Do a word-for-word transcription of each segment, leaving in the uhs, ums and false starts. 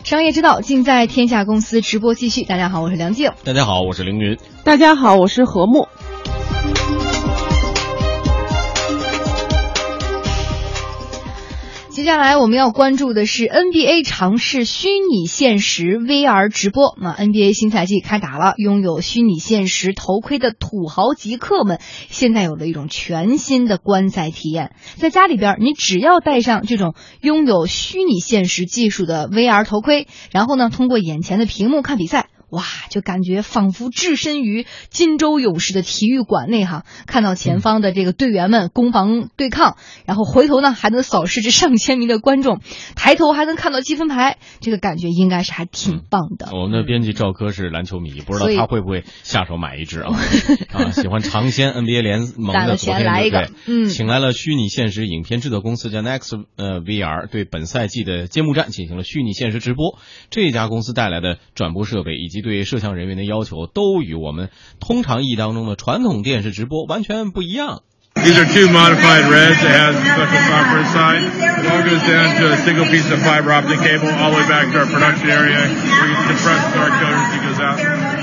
商业之道尽在天下公司，直播继续。大家好，我是梁静。 大家好，我是凌云。 大家好，我是何木。 接下来我们要关注的是 N B A 尝试虚拟现实 V R 直播。那 N B A 新赛季开打了，拥有虚拟现实头盔的土豪极客们现在有了一种全新的观赛体验。在家里边，你只要戴上这种拥有虚拟现实技术的 V R 头盔，然后呢，通过眼前的屏幕看比赛，哇，就感觉仿佛置身于金州勇士的体育馆内哈，看到前方的这个队员们攻防对抗，然后回头呢还能扫视这上千名的观众，抬头还能看到积分牌，这个感觉应该是还挺棒的。 我们的编辑赵科是篮球迷，不知道他会不会下手买一支啊？啊，喜欢尝鲜 N B A 联盟的昨天来一个，嗯， 请来了虚拟现实影片制作公司叫 Next 呃 V R， 对本赛季的揭幕战进行了虚拟现实直播。这家公司带来的转播设备以及对摄像人员的要求都与我们通常意义当中的传统电视直播完全不一样。 These are two modified reds. It has a special software inside. It all goes down to a single piece of fiber optic cable all the way back to our production area. We can compress the dark color as it goes out.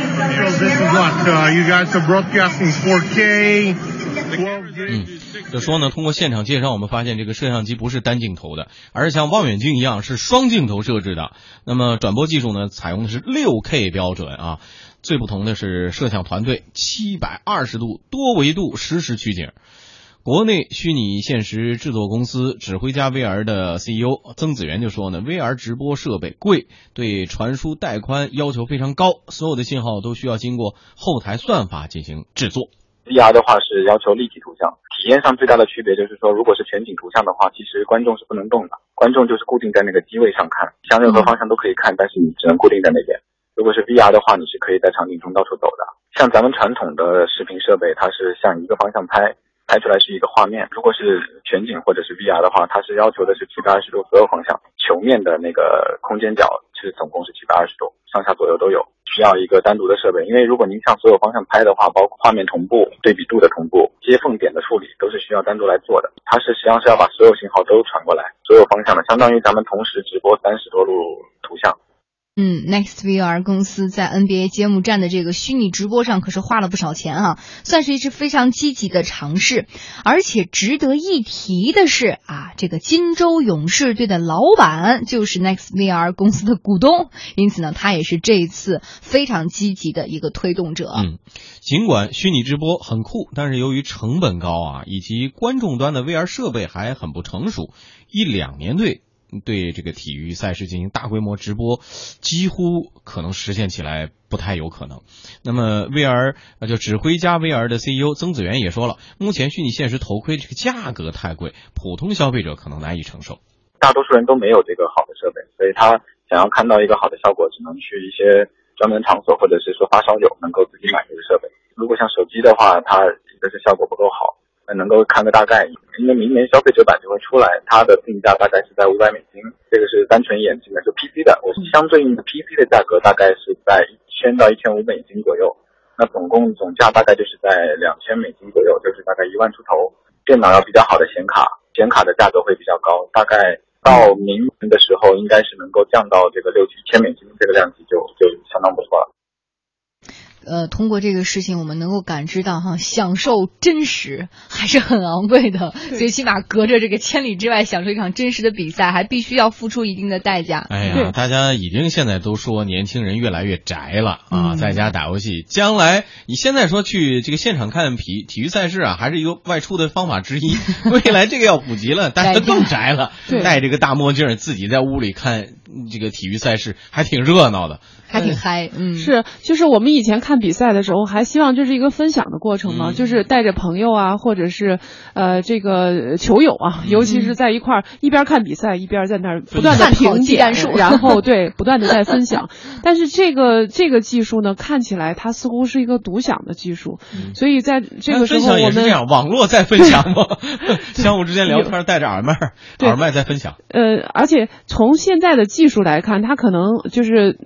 So this is what uh, you guys are broadcasting four K. 嗯，就说呢，通过现场介绍，我们发现这个摄像机不是单镜头的，而是像望远镜一样是双镜头设置的。那么转播技术呢，采用的是 六 K 标准啊。最不同的是摄像团队七百二十度多维度实时取景。国内虚拟现实制作公司指挥家 V R 的 C E O 曾子元就说呢 ，V R 直播设备贵，对传输带宽要求非常高，所有的信号都需要经过后台算法进行制作。 V R 的话是要求立体图像，体验上最大的区别就是说，如果是全景图像的话，其实观众是不能动的，观众就是固定在那个机位上看，向任何方向都可以看，但是你只能固定在那边。如果是 V R 的话，你是可以在场景中到处走的。像咱们传统的视频设备，它是向一个方向拍，拍出来是一个画面。如果是全景或者是 V R 的话，它是要求的是七百二十度所有方向，球面的那个空间角是总共是七百二十度，上下左右都有。需要一个单独的设备，因为如果您向所有方向拍的话，包括画面同步、对比度的同步、接缝点的处理，都是需要单独来做的。它是实际上是要把所有信号都传过来，所有方向的，相当于咱们同时直播三十多路图像。 嗯 ，Next V R 公司在 N B A 揭幕战的这个虚拟直播上可是花了不少钱哈，算是一支非常积极的尝试。而且值得一提的是啊，这个金州勇士队的老板就是 Next V R 公司的股东，因此呢，他也是这一次非常积极的一个推动者。 嗯，尽管虚拟直播很酷，但是由于成本高啊，以及观众端的 V R 设备还很不成熟，一两年对。对这个体育赛事进行大规模直播，几乎可能实现起来不太有可能。那么 V R 就指挥家 V R 的 C E O 曾子元也说了，目前虚拟现实头盔这个价格太贵，普通消费者可能难以承受。 大多数人都没有这个好的设备，所以他想要看到一个好的效果，只能去一些专门场所，或者是说发烧友能够自己买这个设备。如果像手机的话，它一个是效果不够好，能够看个大概，因为明年消费者版就会出来，它的定价大概是在五百美金，这个是单纯眼镜的，是 P C 的。我相对应的 P C 的价格大概是在一千到一千五美金左右，那总共总价大概就是在两千美金左右，就是大概一万出头。电脑要比较好的显卡，显卡的价格会比较高，大概到明年的时候应该是能够降到这个六七千美金这个量级就就相当不错了。 呃，通过这个事情，我们能够感知到哈，享受真实还是很昂贵的，最起码隔着这个千里之外享受一场真实的比赛，还必须要付出一定的代价。 哎呀，大家已经现在都说年轻人越来越宅了啊，嗯、在家打游戏。将来你现在说去这个现场看体体育赛事啊，还是一个外出的方法之一。未来这个要普及了，大家更宅了，戴这个大墨镜，自己在屋里看这个体育赛事，还挺热闹的。 还挺嗨，嗯， 是，就是我们以前看比赛的时候，还希望这是一个分享的过程嘛，嗯、就是带着朋友啊，或者是呃这个球友啊，嗯、尤其是在一块儿一边看比赛一边在那儿不断的评点，然后对不断的在分享。但是这个这个技术呢，看起来它似乎是一个独享的技术，嗯、所以在这个时候我们也是这样，网络在分享嘛，相互之间聊天带着耳麦，耳麦在分享。 呃，而且从现在的技术来看，它可能就是呃从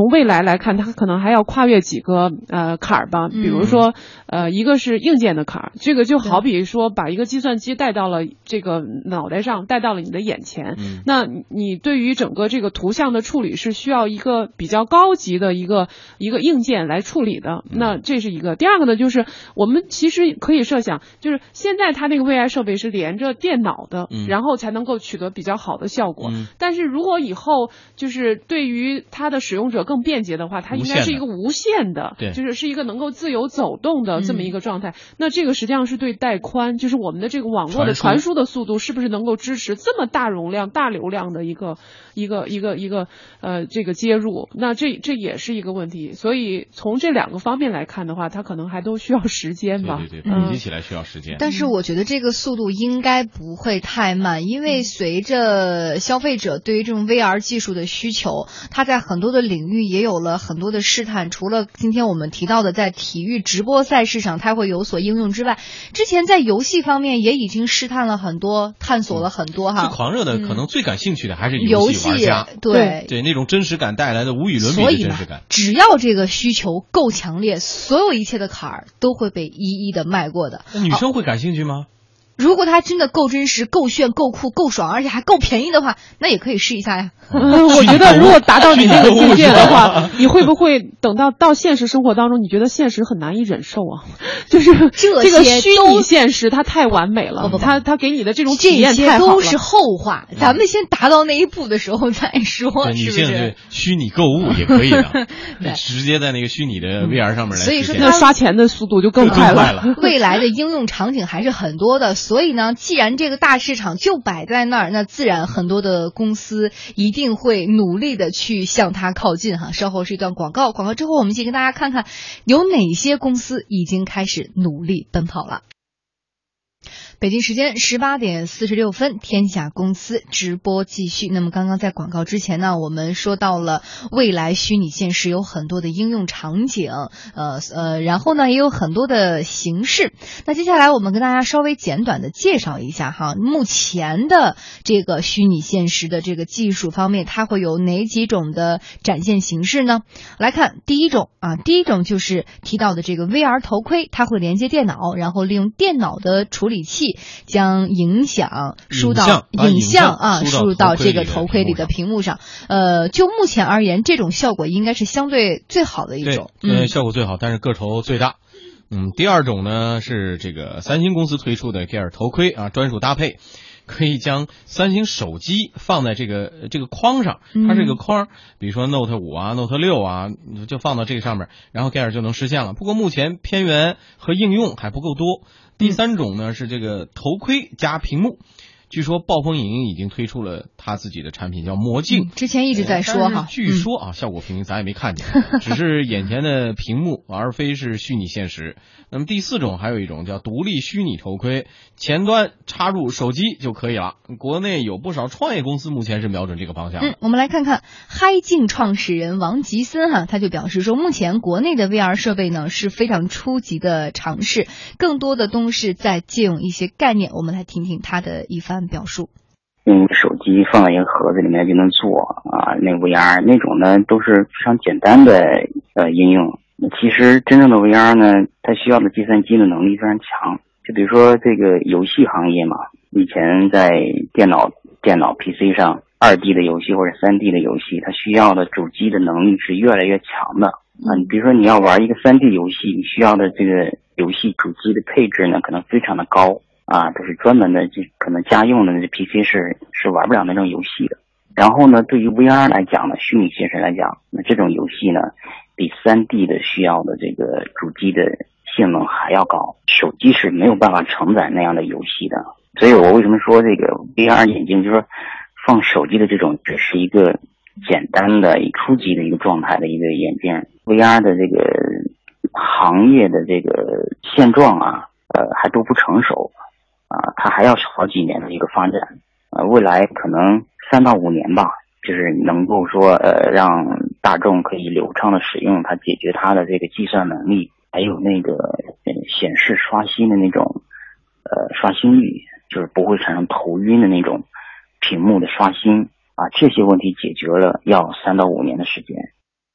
从未来来看，它可能还要跨越几个呃坎儿吧，比如说呃一个是硬件的坎儿，这个就好比说把一个计算机带到了这个脑袋上，带到了你的眼前， 嗯、 那你对于整个这个图像的处理是需要一个比较高级的一个一个硬件来处理的，那这是一个。第二个呢，就是我们其实可以设想，就是现在它那个 V R 设备是连着电脑的， 嗯、 然后才能够取得比较好的效果。 嗯、 但是如果以后就是对于它的使用者更便捷的话，它应该是一个无线的， 对， 就是是一个能够自由走动的这么一个状态。嗯、那这个实际上是对带宽，就是我们的这个网络的传输的速度是不是能够支持这么大容量、大流量的一个一个一个一个呃这个接入？那这这也是一个问题。所以从这两个方面来看的话，它可能还都需要时间吧。 对对对，普及起来需要时间。 嗯、但是我觉得这个速度应该不会太慢，因为随着消费者对于这种 V R 技术的需求，它在很多的领域也有了很多的试探。除了今天我们提到的在体育直播赛事上它会有所应用之外，之前在游戏方面也已经试探了很多，探索了很多哈。 最狂热的，可能最感兴趣的还是游戏玩家， 对对, 对那种真实感带来的无与伦比的真实感。 只要这个需求够强烈，所有一切的坎儿都会被一一的迈过的。 那女生会感兴趣吗？ 如果它真的够真实、够炫、够酷、够爽，而且还够便宜的话，那也可以试一下呀。 嗯，我觉得如果达到你这个境界的话，你会不会等到到现实生活当中，你觉得现实很难以忍受啊？就是这这个虚拟现实它太完美了，它它给你的这种体验太好了。 这些都是后话，咱们先达到那一步的时候再说。 对，女性对虚拟购物也可以的，直接在那个虚拟的 V R 上面来实现。 所以说， 那刷钱的速度就更快了。 未来的应用场景还是很多的。所以呢，既然这个大市场就摆在那儿，那自然很多的公司一定会努力的去向它靠近哈。稍后是一段广告，广告之后我们一起跟大家看看有哪些公司已经开始努力奔跑了。北京时间十八点四十六分，天下公司直播继续。那么刚刚在广告之前呢，我们说到了未来虚拟现实有很多的应用场景，呃呃，然后呢也有很多的形式。那接下来我们跟大家稍微简短的介绍一下哈，目前的这个虚拟现实的这个技术方面，它会有哪几种的展现形式呢？来看第一种啊，第一种就是提到的这个 V R 头盔，它会连接电脑，然后利用电脑的处理器将影响输到影像啊输入到这个头盔里的屏幕上。呃，就目前而言，这种效果应该是相对最好的一种。 对，呃，效果最好，但是个头最大。嗯，第二种呢是这个三星公司推出的 Gear 头盔啊，专属搭配。可以将三星手机放在这个这个框上，它这个框，比如说 Note 五啊 Note 六啊，就放到这个上面，然后 Gear 就能实现了。不过目前片源和应用还不够多。第三种呢是这个头盔加屏幕。据说暴风影已经推出了他自己的产品，叫魔镜。 嗯、之前一直在说哈， 据说啊，效果平平，咱也没看见，只是眼前的屏幕，而非是虚拟现实。那么第四种还有一种叫独立虚拟头盔，前端插入手机就可以了。国内有不少创业公司目前是瞄准这个方向。 嗯，我们来看看嗨镜创始人王吉森哈，他就表示说，目前国内的 V R 设备呢是非常初级的尝试，更多的都是在借用一些概念。我们来听听他的一番表述。 用手机放在一个盒子里面就能做啊，那 V R 那种呢都是非常简单的呃应用。其实真正的 V R 呢，它需要的计算机的能力非常强。就比如说这个游戏行业嘛，以前在电脑电脑 P C 上二 D 的游戏或者三 D 的游戏，它需要的主机的能力是越来越强的啊。你比如说你要玩一个三 D 游戏，你需要的这个游戏主机的配置呢，可能非常的高。啊，都是专门的，这可能家用的这 P C 是是玩不了那种游戏的。然后呢，对于 V R 来讲呢，虚拟现实来讲，那这种游戏呢，比三 D 的需要的这个主机的性能还要高，手机是没有办法承载那样的游戏的。所以我为什么说这个 V R 眼镜，就是说放手机的这种只是一个简单的初级的一个状态的一个眼镜 ，V R 的这个行业的这个现状啊，呃，还都不成熟。啊，它还要好几年的一个发展，呃，未来可能三到五年吧，就是能够说呃让大众可以流畅的使用它，解决它的这个计算能力，还有那个呃显示刷新的那种呃刷新率，就是不会产生头晕的那种屏幕的刷新啊，这些问题解决了要三到五年的时间。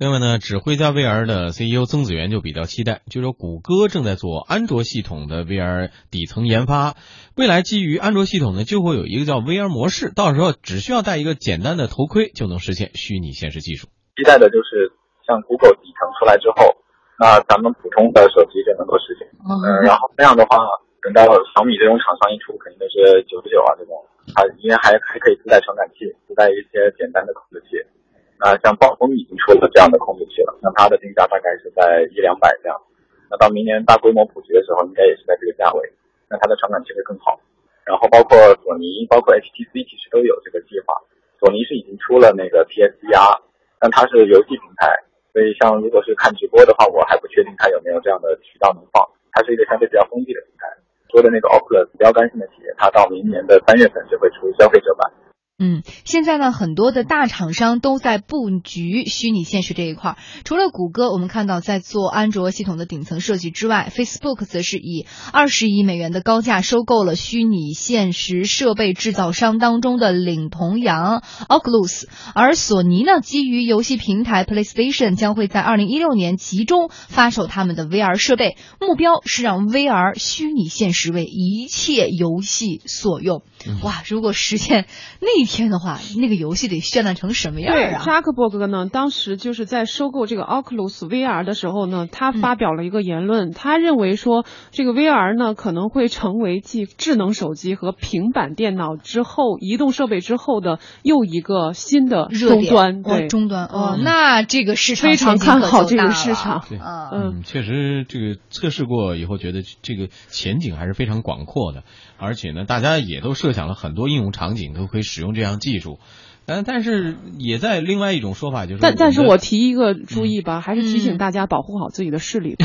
另外呢，指挥家 V R 的 C E O 曾子元就比较期待，就说谷歌正在做安卓系统的 V R 底层研发，未来基于安卓系统呢，就会有一个叫 V R 模式，到时候只需要戴一个简单的头盔就能实现虚拟现实技术。 期待的就是像 Google 底层出来之后，那咱们普通的手机就能够实现。嗯、呃，然后那样的话，等到小米这种厂商一出，肯定都是九十九啊这种，它因为还还可以自带传感器，自带一些简单的控制器。那像暴风已经出了这样的控制器了，那它的定价大概是在一两百这样。那到明年大规模普及的时候，应该也是在这个价位。那它的传感器会更好。然后包括索尼，包括 H T C 其实都有这个计划。索尼是已经出了那个 P S V R， 但它是游戏平台，所以像如果是看直播的话，我还不确定它有没有这样的渠道能放。它是一个相对比较封闭的平台。说的那个 Oculus 标杆性的企业，它到明年的三月份就会出消费者版。 嗯，现在呢，很多的大厂商都在布局虚拟现实这一块。除了谷歌，我们看到在做安卓系统的顶层设计之外 ，Facebook 则是以二十亿美元的高价收购了虚拟现实设备制造商当中的领头羊 Oculus。而索尼呢，基于游戏平台 PlayStation 将会在二零一六年集中发售他们的 V R 设备，目标是让 V R 虚拟现实为一切游戏所用。哇，如果实现那一天的话，那个游戏得绚烂成什么样啊？ 对，扎克伯格呢，当时就是在收购这个 Oculus V R 的时候呢，他发表了一个言论，嗯、他认为说这个 V R 呢可能会成为继智能手机和平板电脑之后，移动设备之后的又一个新的终端。对， 哦、终端哦、嗯，那这个市场非常看好这个市场。 对，嗯，确实这个测试过以后，觉得这个前景还是非常广阔的，而且呢，大家也都设想了很多应用场景都可以使用这样技术。但但是也在另外一种说法，就是但但是我提一个注意吧，嗯、还是提醒大家保护好自己的视力。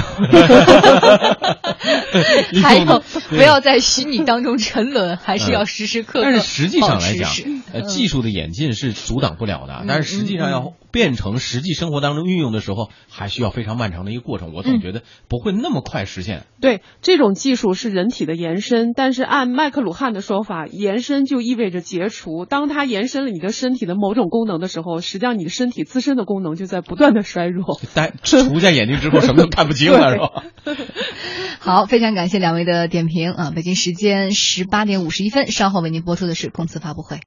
还有不要在虚拟当中沉沦，还是要时时刻刻。 但是实际上来讲，呃，技术的演进是阻挡不了的，嗯、但是实际上要变成实际生活当中运用的时候，还需要非常漫长的一个过程。我总觉得不会那么快实现。 嗯、对，这种技术是人体的延伸，但是按麦克鲁汉的说法，延伸就意味着解除。当它延伸了你的身体的某种功能的时候，实际上你的身体自身的功能就在不断的衰弱。 戴涂下眼镜之后，什么都看不清了，是吧？ 好，非常感谢两位的点评啊！北京时间十八点五十一分，稍后为您播出的是公司发布会。